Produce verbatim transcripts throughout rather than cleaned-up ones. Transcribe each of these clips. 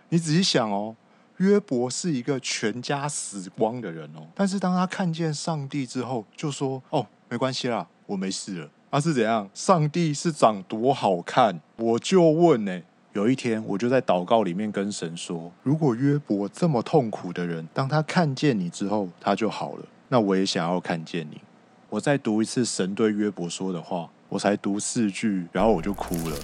你仔细想哦，约伯是一个全家死光的人哦，但是当他看见上帝之后，就说：“哦，没关系啦，我没事了。”他、啊、是怎样？上帝是长多好看？我就问呢、欸。有一天，我就在祷告里面跟神说：“如果约伯这么痛苦的人，当他看见你之后，他就好了，那我也想要看见你。”我再读一次神对约伯说的话，我才读四句，然后我就哭了。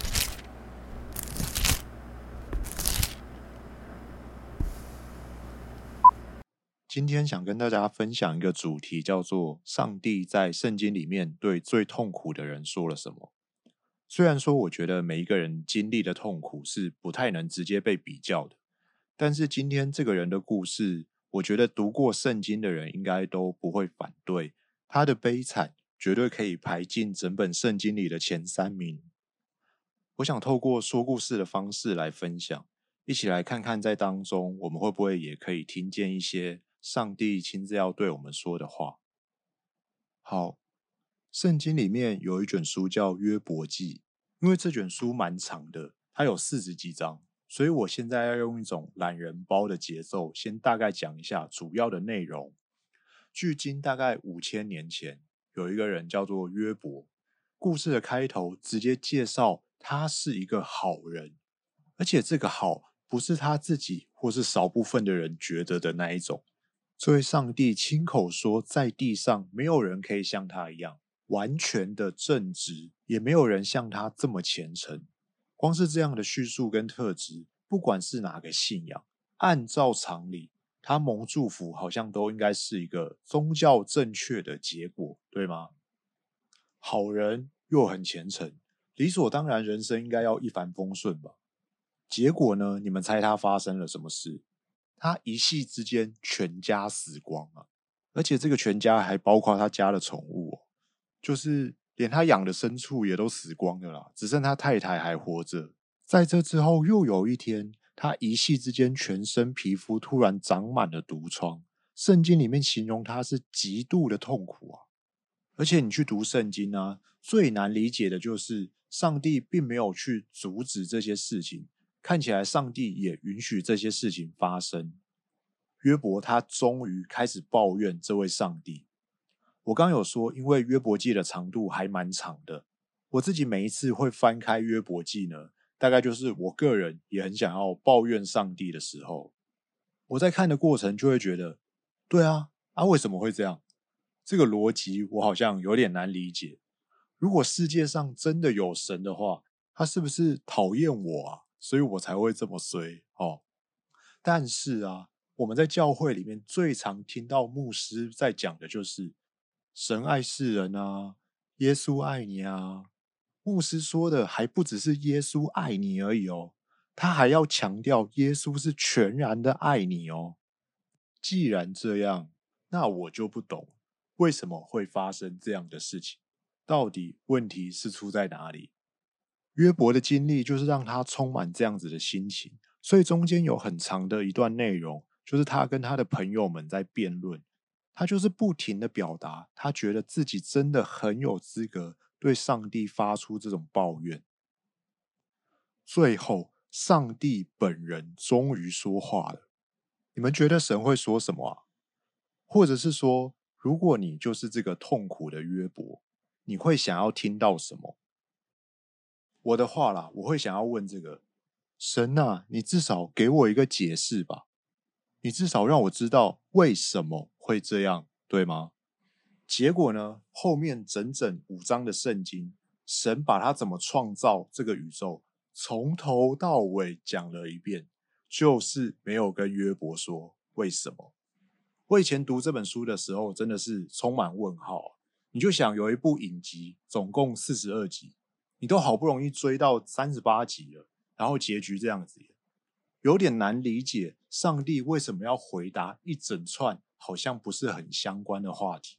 今天想跟大家分享一个主题，叫做上帝在圣经里面对最痛苦的人说了什么。虽然说我觉得每一个人经历的痛苦是不太能直接被比较的，但是今天这个人的故事，我觉得读过圣经的人应该都不会反对，他的悲惨绝对可以排进整本圣经里的前三名。我想透过说故事的方式来分享，一起来看看在当中我们会不会也可以听见一些上帝亲自要对我们说的话。好，圣经里面有一卷书叫约伯记，因为这卷书蛮长的，它有四十几章，所以我现在要用一种懒人包的节奏，先大概讲一下主要的内容。距今大概五千年前，有一个人叫做约伯，故事的开头直接介绍他是一个好人，而且这个好不是他自己或是少部分的人觉得的那一种。所以上帝亲口说，在地上没有人可以像他一样完全的正直，也没有人像他这么虔诚。光是这样的叙述跟特质，不管是哪个信仰，按照常理，他蒙祝福好像都应该是一个宗教正确的结果，对吗？好人又很虔诚，理所当然人生应该要一帆风顺吧。结果呢，你们猜他发生了什么事？他一夕之间全家死光啊！而且这个全家还包括他家的宠物哦，就是连他养的牲畜也都死光了啦，只剩他太太还活着。在这之后又有一天，他一夕之间全身皮肤突然长满了毒疮，圣经里面形容他是极度的痛苦啊！而且你去读圣经啊，最难理解的就是上帝并没有去阻止这些事情，看起来上帝也允许这些事情发生。约伯他终于开始抱怨这位上帝。我刚有说，因为约伯记的长度还蛮长的，我自己每一次会翻开约伯记呢，大概就是我个人也很想要抱怨上帝的时候。我在看的过程就会觉得，对啊，啊为什么会这样？这个逻辑我好像有点难理解。如果世界上真的有神的话，他是不是讨厌我啊？所以我才会这么衰哦。但是啊，我们在教会里面最常听到牧师在讲的就是神爱世人啊，耶稣爱你啊。牧师说的还不只是耶稣爱你而已哦，他还要强调耶稣是全然的爱你哦。既然这样，那我就不懂为什么会发生这样的事情，到底问题是出在哪里？约伯的经历就是让他充满这样子的心情，所以中间有很长的一段内容，就是他跟他的朋友们在辩论，他就是不停的表达，他觉得自己真的很有资格对上帝发出这种抱怨。最后，上帝本人终于说话了。你们觉得神会说什么啊？或者是说，如果你就是这个痛苦的约伯，你会想要听到什么？我的话啦，我会想要问这个神啊，你至少给我一个解释吧，你至少让我知道为什么会这样，对吗？结果呢，后面整整五章的圣经，神把他怎么创造这个宇宙，从头到尾讲了一遍，就是没有跟约伯说为什么。我以前读这本书的时候，真的是充满问号。你就想有一部影集，总共四十二集，你都好不容易追到三十八集了，然后结局这样子，有点难理解上帝为什么要回答一整串好像不是很相关的话题。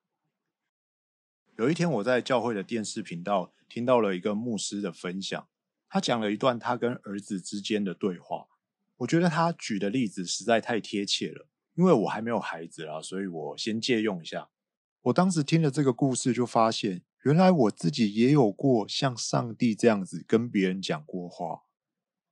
有一天我在教会的电视频道听到了一个牧师的分享，他讲了一段他跟儿子之间的对话。我觉得他举的例子实在太贴切了，因为我还没有孩子啦，所以我先借用一下。我当时听了这个故事就发现，原来我自己也有过像上帝这样子跟别人讲过话。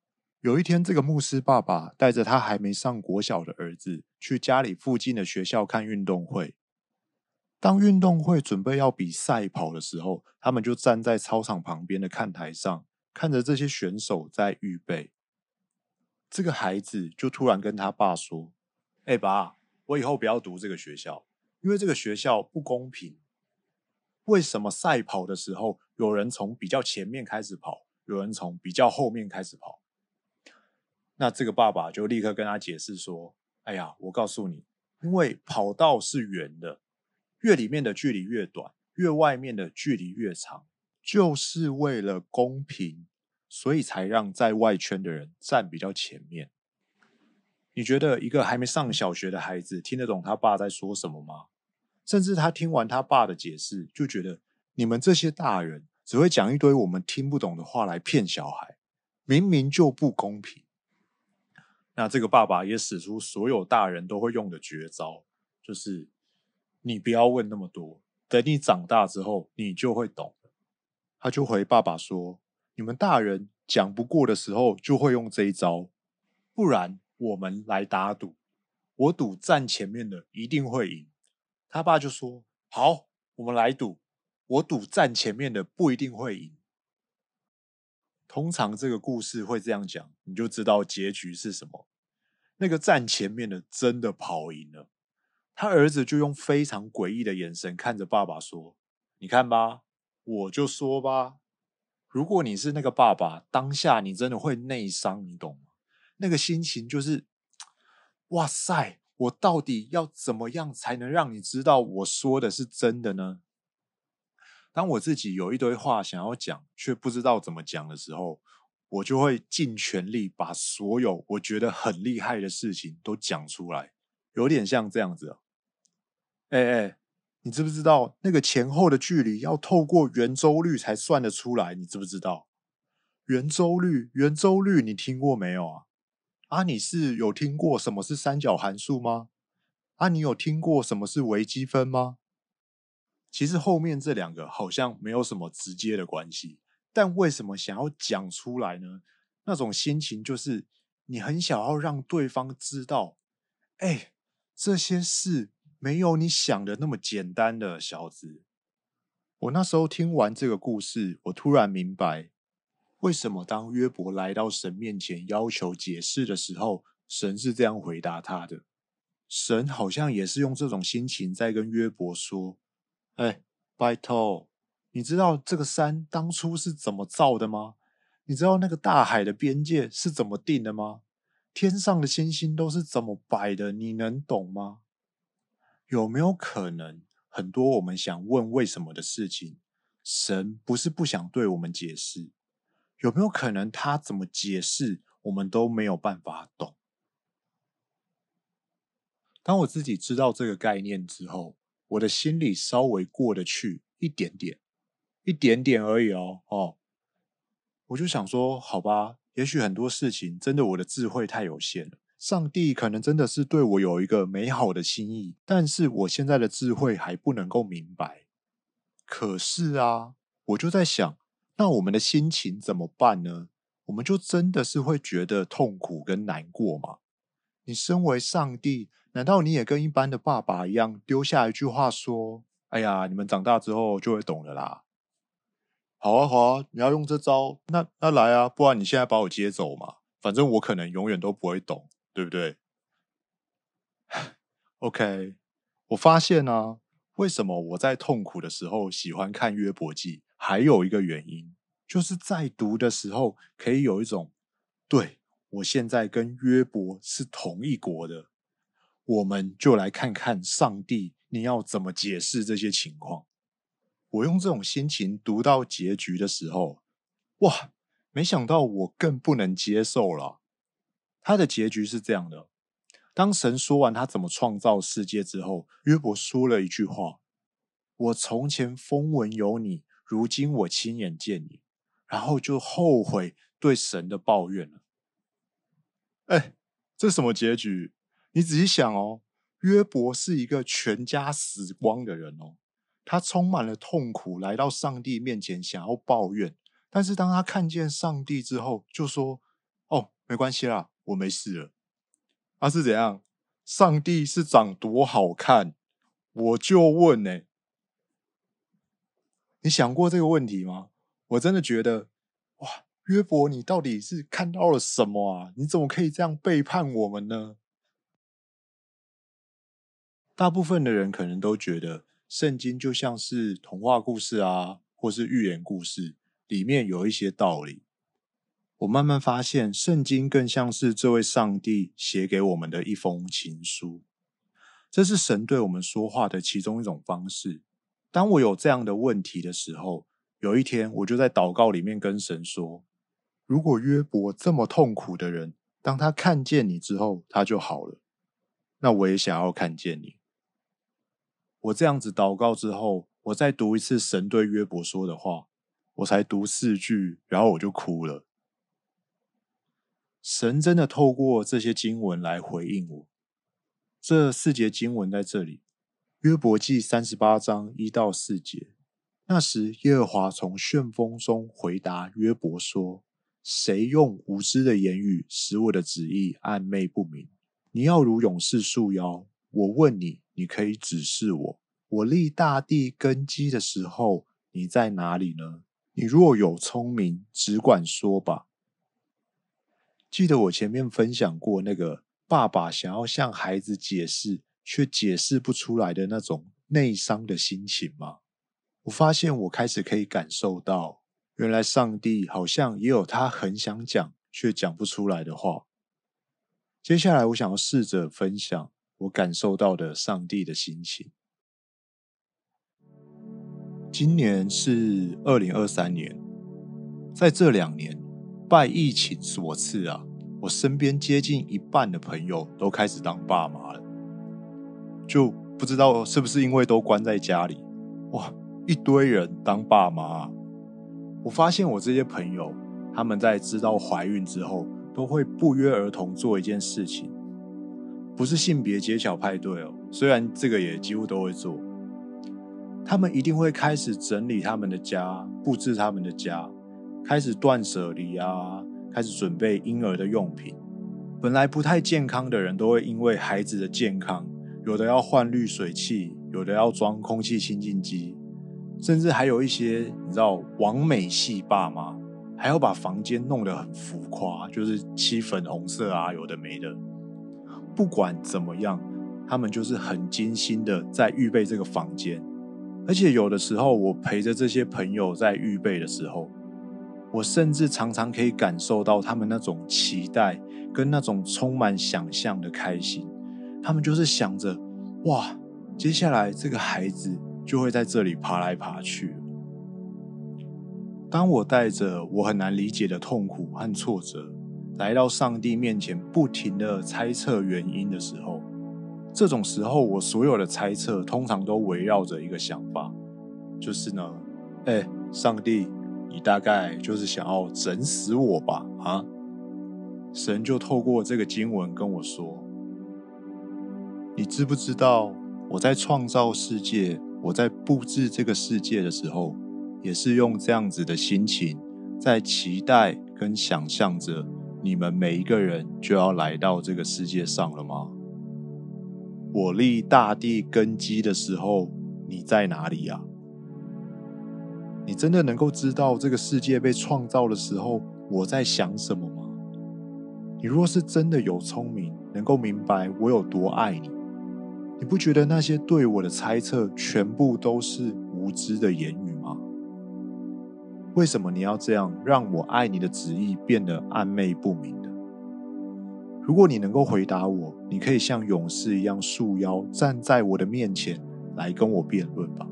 有一天，这个牧师爸爸带着他还没上国小的儿子去家里附近的学校看运动会。当运动会准备要比赛跑的时候，他们就站在操场旁边的看台上，看着这些选手在预备。这个孩子就突然跟他爸说：“哎、欸、爸，我以后不要读这个学校，因为这个学校不公平。为什么赛跑的时候，有人从比较前面开始跑，有人从比较后面开始跑？”那这个爸爸就立刻跟他解释说：“哎呀，我告诉你，因为跑道是圆的，越里面的距离越短，越外面的距离越长，就是为了公平，所以才让在外圈的人站比较前面。”你觉得一个还没上小学的孩子听得懂他爸在说什么吗？甚至他听完他爸的解释，就觉得你们这些大人只会讲一堆我们听不懂的话来骗小孩，明明就不公平。那这个爸爸也使出所有大人都会用的绝招，就是你不要问那么多，等你长大之后你就会懂。他就回爸爸说：“你们大人讲不过的时候就会用这一招，不然我们来打赌，我赌站前面的一定会赢。”他爸就说：“好，我们来赌，我赌站前面的不一定会赢。”通常这个故事会这样讲，你就知道结局是什么。那个站前面的真的跑赢了，他儿子就用非常诡异的眼神看着爸爸说：“你看吧，我就说吧。”如果你是那个爸爸，当下你真的会内伤，你懂吗？那个心情就是，哇塞，我到底要怎么样才能让你知道我说的是真的呢？当我自己有一堆话想要讲，却不知道怎么讲的时候，我就会尽全力把所有我觉得很厉害的事情都讲出来，有点像这样子哦。哎哎，你知不知道那个前后的距离要透过圆周率才算得出来？你知不知道？圆周率，圆周率，你听过没有啊？啊，你是有听过什么是三角函数吗？啊，你有听过什么是微积分吗？其实后面这两个好像没有什么直接的关系，但为什么想要讲出来呢？那种心情就是你很想要让对方知道，哎，这些事没有你想的那么简单的，小子。我那时候听完这个故事，我突然明白，为什么当约伯来到神面前要求解释的时候，神是这样回答他的。神好像也是用这种心情在跟约伯说：“哎，拜托，你知道这个山当初是怎么造的吗？你知道那个大海的边界是怎么定的吗？天上的星星都是怎么摆的？你能懂吗？有没有可能，很多我们想问为什么的事情，神不是不想对我们解释？有没有可能他怎么解释，我们都没有办法懂？”当我自己知道这个概念之后，我的心里稍微过得去一点点，一点点而已哦。哦，我就想说，好吧，也许很多事情真的我的智慧太有限了，上帝可能真的是对我有一个美好的心意，但是我现在的智慧还不能够明白。可是啊，我就在想，那我们的心情怎么办呢？我们就真的是会觉得痛苦跟难过吗？你身为上帝，难道你也跟一般的爸爸一样，丢下一句话说：“哎呀，你们长大之后就会懂了啦。”好啊，好啊，你要用这招，那那来啊，不然你现在把我接走嘛，反正我可能永远都不会懂，对不对？OK，我发现啊，为什么我在痛苦的时候喜欢看约伯记，还有一个原因，就是在读的时候可以有一种，对，我现在跟约伯是同一国的，我们就来看看上帝你要怎么解释这些情况。我用这种心情读到结局的时候，哇，没想到我更不能接受了。他的结局是这样的：当神说完他怎么创造世界之后，约伯说了一句话：“我从前风闻有你，如今我亲眼见你。”然后就后悔对神的抱怨了。哎，这什么结局？你仔细想哦，约伯是一个全家死光的人哦，他充满了痛苦，来到上帝面前想要抱怨，但是当他看见上帝之后，就说：“哦， 没关系啦，我没事了。啊，是怎样？上帝是长多好看？我就问呢、欸，你想过这个问题吗？我真的觉得，哇，约伯，你到底是看到了什么啊？你怎么可以这样背叛我们呢？大部分的人可能都觉得，圣经就像是童话故事啊，或是寓言故事，里面有一些道理。我慢慢发现，圣经更像是这位上帝写给我们的一封情书。这是神对我们说话的其中一种方式。当我有这样的问题的时候，有一天我就在祷告里面跟神说，如果约伯这么痛苦的人，当他看见你之后，他就好了，那我也想要看见你。我这样子祷告之后，我再读一次神对约伯说的话，我才读四句，然后我就哭了。神真的透过这些经文来回应我。这四节经文在这里，约伯记三十八章一到四节。那时耶和华从旋风中回答约伯说，谁用无知的言语使我的旨意暧昧不明？你要如勇士束腰，我问你，你可以指示我。我立大地根基的时候，你在哪里呢？你若有聪明，只管说吧。记得我前面分享过那个爸爸想要向孩子解释，却解释不出来的那种内伤的心情吗？我发现我开始可以感受到，原来上帝好像也有他很想讲却讲不出来的话。接下来我想要试着分享我感受到的上帝的心情。今年是二零二三年，在这两年拜疫情所赐啊，我身边接近一半的朋友都开始当爸妈了，就不知道是不是因为都关在家里，哇，一堆人当爸妈啊。我发现我这些朋友，他们在知道怀孕之后，都会不约而同做一件事情，不是性别揭晓派对哦，虽然这个也几乎都会做，他们一定会开始整理他们的家，布置他们的家，开始断舍离啊，开始准备婴儿的用品。本来不太健康的人都会因为孩子的健康，有的要换滤水器，有的要装空气清净机，甚至还有一些你知道网美系爸妈，还要把房间弄得很浮夸，就是漆粉红色啊，有的没的。不管怎么样，他们就是很精心的在预备这个房间。而且有的时候我陪着这些朋友在预备的时候，我甚至常常可以感受到他们那种期待跟那种充满想象的开心。他们就是想着，哇，接下来这个孩子就会在这里爬来爬去。当我带着我很难理解的痛苦和挫折来到上帝面前，不停的猜测原因的时候，这种时候我所有的猜测通常都围绕着一个想法，就是呢，哎，上帝，你大概就是想要整死我吧？啊？神就透过这个经文跟我说，你知不知道我在创造世界，我在布置这个世界的时候，也是用这样子的心情，在期待跟想象着你们每一个人就要来到这个世界上了吗？我立大地根基的时候，你在哪里啊？你真的能够知道这个世界被创造的时候，我在想什么吗？你若是真的有聪明，能够明白我有多爱你，你不觉得那些对我的猜测全部都是无知的言语吗？为什么你要这样让我爱你的旨意变得暧昧不明的？如果你能够回答我，你可以像勇士一样束腰站在我的面前来跟我辩论吧。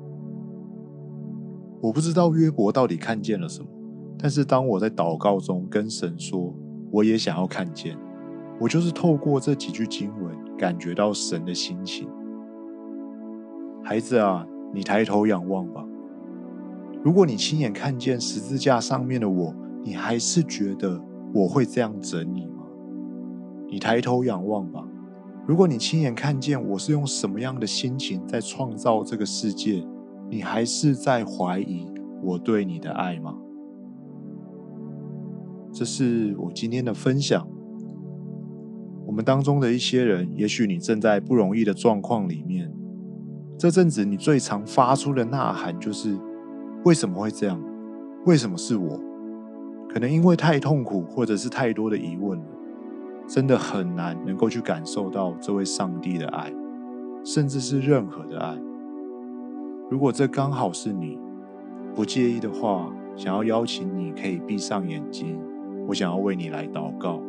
我不知道约伯到底看见了什么，但是当我在祷告中跟神说我也想要看见，我就是透过这几句经文感觉到神的心情。孩子啊，你抬头仰望吧。如果你亲眼看见十字架上面的我，你还是觉得我会这样整你吗？你抬头仰望吧。如果你亲眼看见我是用什么样的心情在创造这个世界，你还是在怀疑我对你的爱吗？ 这是我今天的分享。我们当中的一些人，也许你正在不容易的状况里面，这阵子你最常发出的呐喊就是为什么会这样？为什么是我？可能因为太痛苦，或者是太多的疑问了，真的很难能够去感受到这位上帝的爱，甚至是任何的爱。如果这刚好是你，不介意的话，想要邀请你可以闭上眼睛，我想要为你来祷告。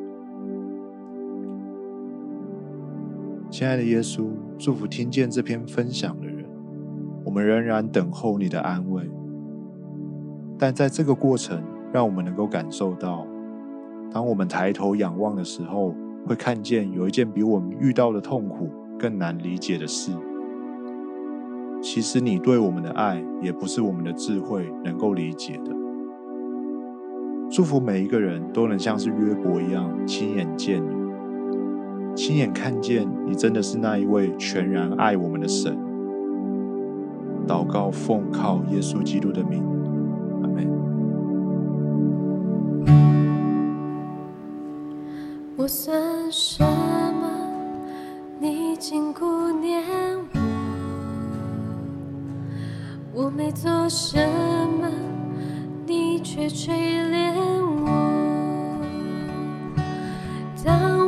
亲爱的耶稣，祝福听见这篇分享的人，我们仍然等候你的安慰，但在这个过程，让我们能够感受到，当我们抬头仰望的时候，会看见有一件比我们遇到的痛苦更难理解的事。其实你对我们的爱，也不是我们的智慧能够理解的。祝福每一个人都能像是约伯一样，亲眼见你，亲眼看见你真的是那一位全然爱我们的神。祷告奉靠耶稣基督的名，阿们。 我算什么？你竟顾念我。我没做什么，你却垂怜我。当